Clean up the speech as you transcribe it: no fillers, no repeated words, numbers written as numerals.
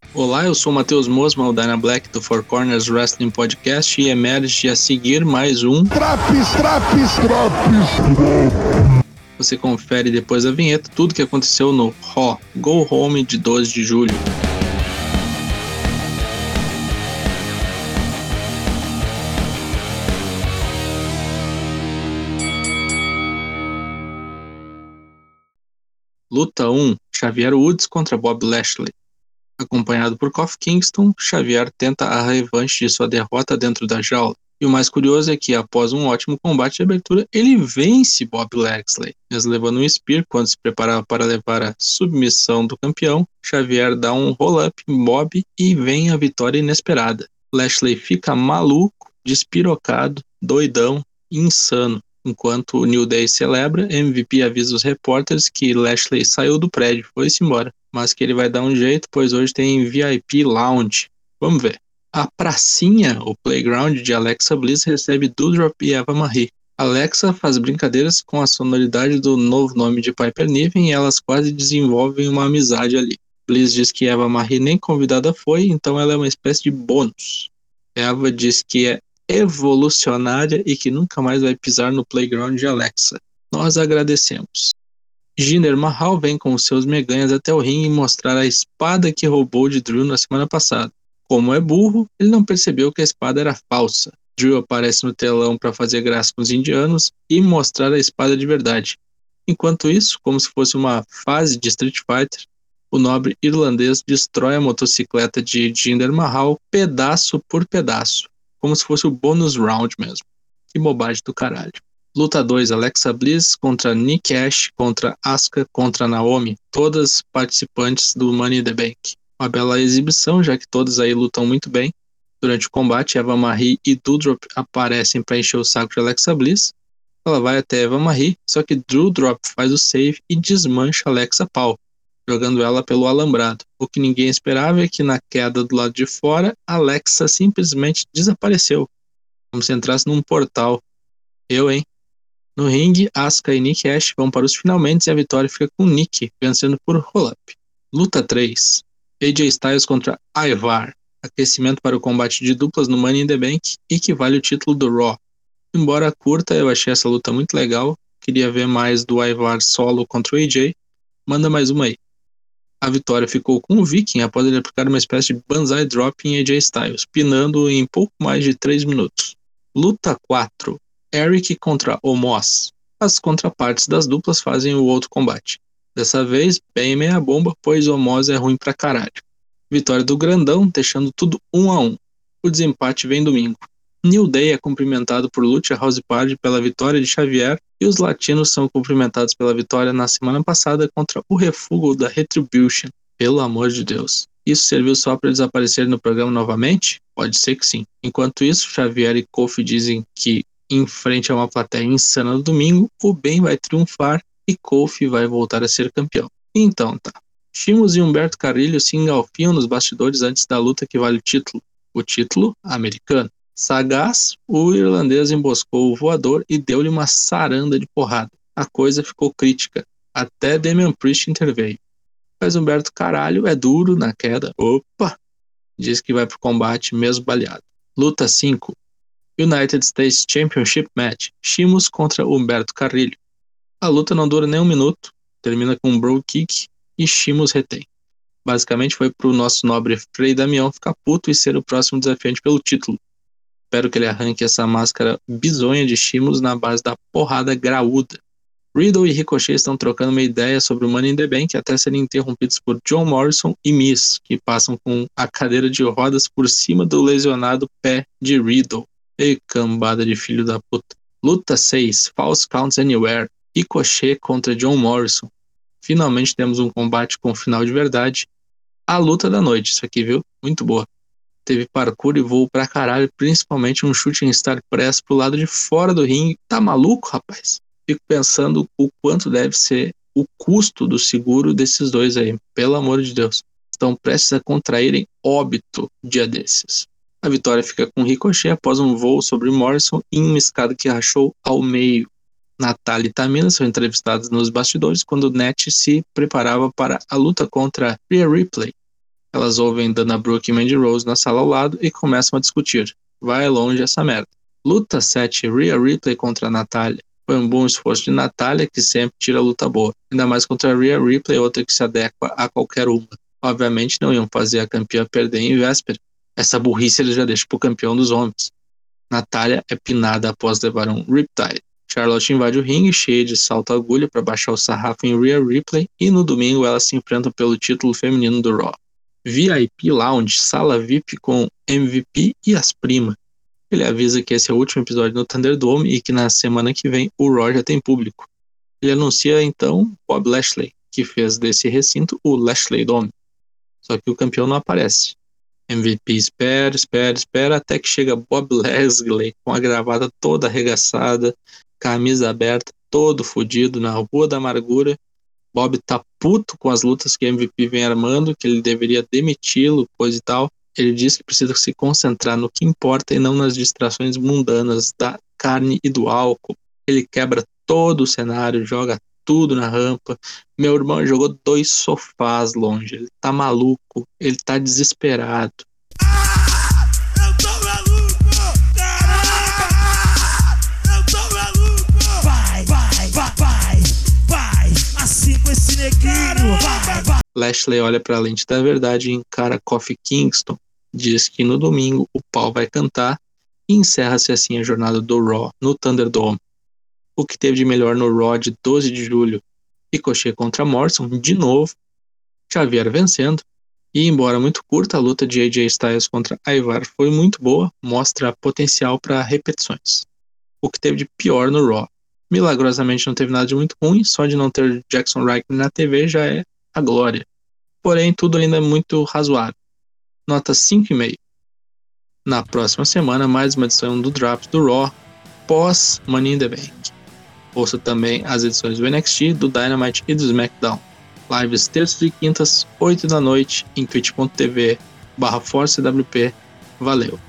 Olá, eu sou o Matheus Mosman, o Dyna Black do Four Corners Wrestling Podcast, e emerge a seguir mais um Traps. Você confere depois da vinheta tudo que aconteceu no Raw Go Home de 12 de julho. Luta 1: Xavier Woods contra Bob Lashley. Acompanhado por Kofi Kingston, Xavier tenta a revanche de sua derrota dentro da jaula. E o mais curioso é que, após um ótimo combate de abertura, ele vence Bob Lashley. Mesmo levando um spear quando se preparava para levar a submissão do campeão, Xavier dá um roll-up em Bob e vem a vitória inesperada. Lashley fica maluco, despirocado, doidão, insano. Enquanto o New Day celebra, MVP avisa os repórteres que Lashley saiu do prédio, foi-se embora, mas que ele vai dar um jeito, pois hoje tem VIP Lounge. Vamos ver. A pracinha, o playground de Alexa Bliss, recebe Doudrop e Eva Marie. Alexa faz brincadeiras com a sonoridade do novo nome de Piper Niven e elas quase desenvolvem uma amizade ali. Bliss diz que Eva Marie nem convidada foi, então ela é uma espécie de bônus. Eva diz que é evolucionária e que nunca mais vai pisar no playground de Alexa. Nós agradecemos. Jinder Mahal vem com seus meganhas até o ringue mostrar a espada que roubou de Drew na semana passada. Como é burro, ele não percebeu que a espada era falsa. Drew aparece no telão para fazer graça com os indianos e mostrar a espada de verdade. Enquanto isso, como se fosse uma fase de Street Fighter, o nobre irlandês destrói a motocicleta de Jinder Mahal pedaço por pedaço, como se fosse o bônus round mesmo. Que bobagem do caralho. Luta 2, Alexa Bliss contra Nick Ash, contra Asuka, contra Naomi, todas participantes do Money in the Bank. Uma bela exibição, já que todas aí lutam muito bem. Durante o combate, Eva Marie e Doudrop aparecem para encher o saco de Alexa Bliss. Ela vai até Eva Marie, só que Doudrop faz o save e desmancha Alexa pau, jogando ela pelo alambrado. O que ninguém esperava é que na queda do lado de fora, Alexa simplesmente desapareceu, como se entrasse num portal. Hein? No ringue, Asuka e Nick Ash vão para os finalmente e a vitória fica com Nick, vencendo por roll-up. Luta 3. AJ Styles contra Ivar. Aquecimento para o combate de duplas no Money in the Bank e que vale o título do Raw. Embora curta, eu achei essa luta muito legal. Queria ver mais do Ivar solo contra o AJ. Manda mais uma aí. A vitória ficou com o Viking após ele aplicar uma espécie de Banzai Drop em AJ Styles, pinando em pouco mais de 3 minutos. Luta 4. Eric contra Omos. As contrapartes das duplas fazem o outro combate. Dessa vez, bem meia bomba, pois Omos é ruim pra caralho. Vitória do grandão, deixando tudo 1-1. O desempate vem domingo. New Day é cumprimentado por Lucha House Party pela vitória de Xavier e os latinos são cumprimentados pela vitória na semana passada contra o refúgio da Retribution. Pelo amor de Deus. Isso serviu só para desaparecer no programa novamente? Pode ser que sim. Enquanto isso, Xavier e Kofi dizem que em frente a uma plateia insana no domingo, o bem vai triunfar e Kofi vai voltar a ser campeão. Então tá. Sheamus e Humberto Carrillo se engalfiam nos bastidores antes da luta que vale o título americano. Sagaz, o irlandês emboscou o voador e deu-lhe uma saranda de porrada. A coisa ficou crítica. Até Damian Priest interveio. Mas Humberto Caralho é duro na queda. Opa! Diz que vai pro combate mesmo baleado. Luta 5. United States Championship Match, Sheamus contra Humberto Carrillo. A luta não dura nem um minuto, termina com um Bro Kick e Sheamus retém. Basicamente foi pro nosso nobre Frei Damião ficar puto e ser o próximo desafiante pelo título. Espero que ele arranque essa máscara bizonha de Sheamus na base da porrada graúda. Riddle e Ricochet estão trocando uma ideia sobre o Money in the Bank até serem interrompidos por John Morrison e Miz, que passam com a cadeira de rodas por cima do lesionado pé de Riddle. Ei, cambada de filho da puta. Luta 6, False Counts Anywhere, Ricochet contra John Morrison. Finalmente temos um combate com final de verdade. A luta da noite, isso aqui, viu? Muito boa. Teve parkour e voo pra caralho, principalmente um shooting star press pro lado de fora do ringue. Tá maluco, rapaz? Fico pensando o quanto deve ser o custo do seguro desses dois aí. Pelo amor de Deus. Estão prestes a contraírem óbito dia desses. A vitória fica com Ricochet após um voo sobre Morrison em uma escada que rachou ao meio. Natália e Tamina são entrevistadas nos bastidores quando Net se preparava para a luta contra Rhea Ripley. Elas ouvem Dana Brooke e Mandy Rose na sala ao lado e começam a discutir. Vai longe essa merda. Luta 7, Rhea Ripley contra a Natália. Foi um bom esforço de Natália, que sempre tira a luta boa. Ainda mais contra a Rhea Ripley, outra que se adequa a qualquer uma. Obviamente não iam fazer a campeã perder em véspera. Essa burrice eles já deixam pro campeão dos homens. Natália é pinada após levar um Riptide. Charlotte invade o ringue cheia de salto-agulha para baixar o sarrafo em Rhea Ripley e no domingo elas se enfrentam pelo título feminino do Raw. VIP Lounge, sala VIP com MVP e as primas. Ele avisa que esse é o último episódio no Thunderdome e que na semana que vem o Raw já tem público. Ele anuncia então Bob Lashley, que fez desse recinto o Lashley Dome. Só que o campeão não aparece. MVP espera até que chega Bob Lashley com a gravata toda arregaçada, camisa aberta, todo fodido na Rua da Amargura. Bob tá puto com as lutas que o MVP vem armando, que ele deveria demiti-lo, coisa e tal. Ele diz que precisa se concentrar no que importa e não nas distrações mundanas da carne e do álcool. Ele quebra todo o cenário, joga tudo na rampa. Meu irmão jogou 2 sofás longe. Ele tá maluco, ele tá desesperado. Eu tô maluco! Eu tô maluco! Vai! Assim com esse neguinho! Vai! Lashley olha pra lente da verdade e encara Kofi Kingston. Diz que no domingo o pau vai cantar e encerra-se assim a jornada do Raw no Thunderdome. O que teve de melhor no Raw de 12 de julho? Ricochet contra Morrison de novo, Xavier vencendo, e embora muito curta, a luta de AJ Styles contra Ivar foi muito boa, mostra potencial para repetições. O que teve de pior no Raw? Milagrosamente não teve nada de muito ruim, só de não ter Jackson Ryker na TV já é a glória. Porém, tudo ainda é muito razoável. Nota 5,5. Na próxima semana, mais uma edição do Draft do Raw, pós Money in the Bank. Ouça também as edições do NXT, do Dynamite e do SmackDown. Lives terças e quintas, 8 da noite, em twitch.tv/ForceWP. Valeu!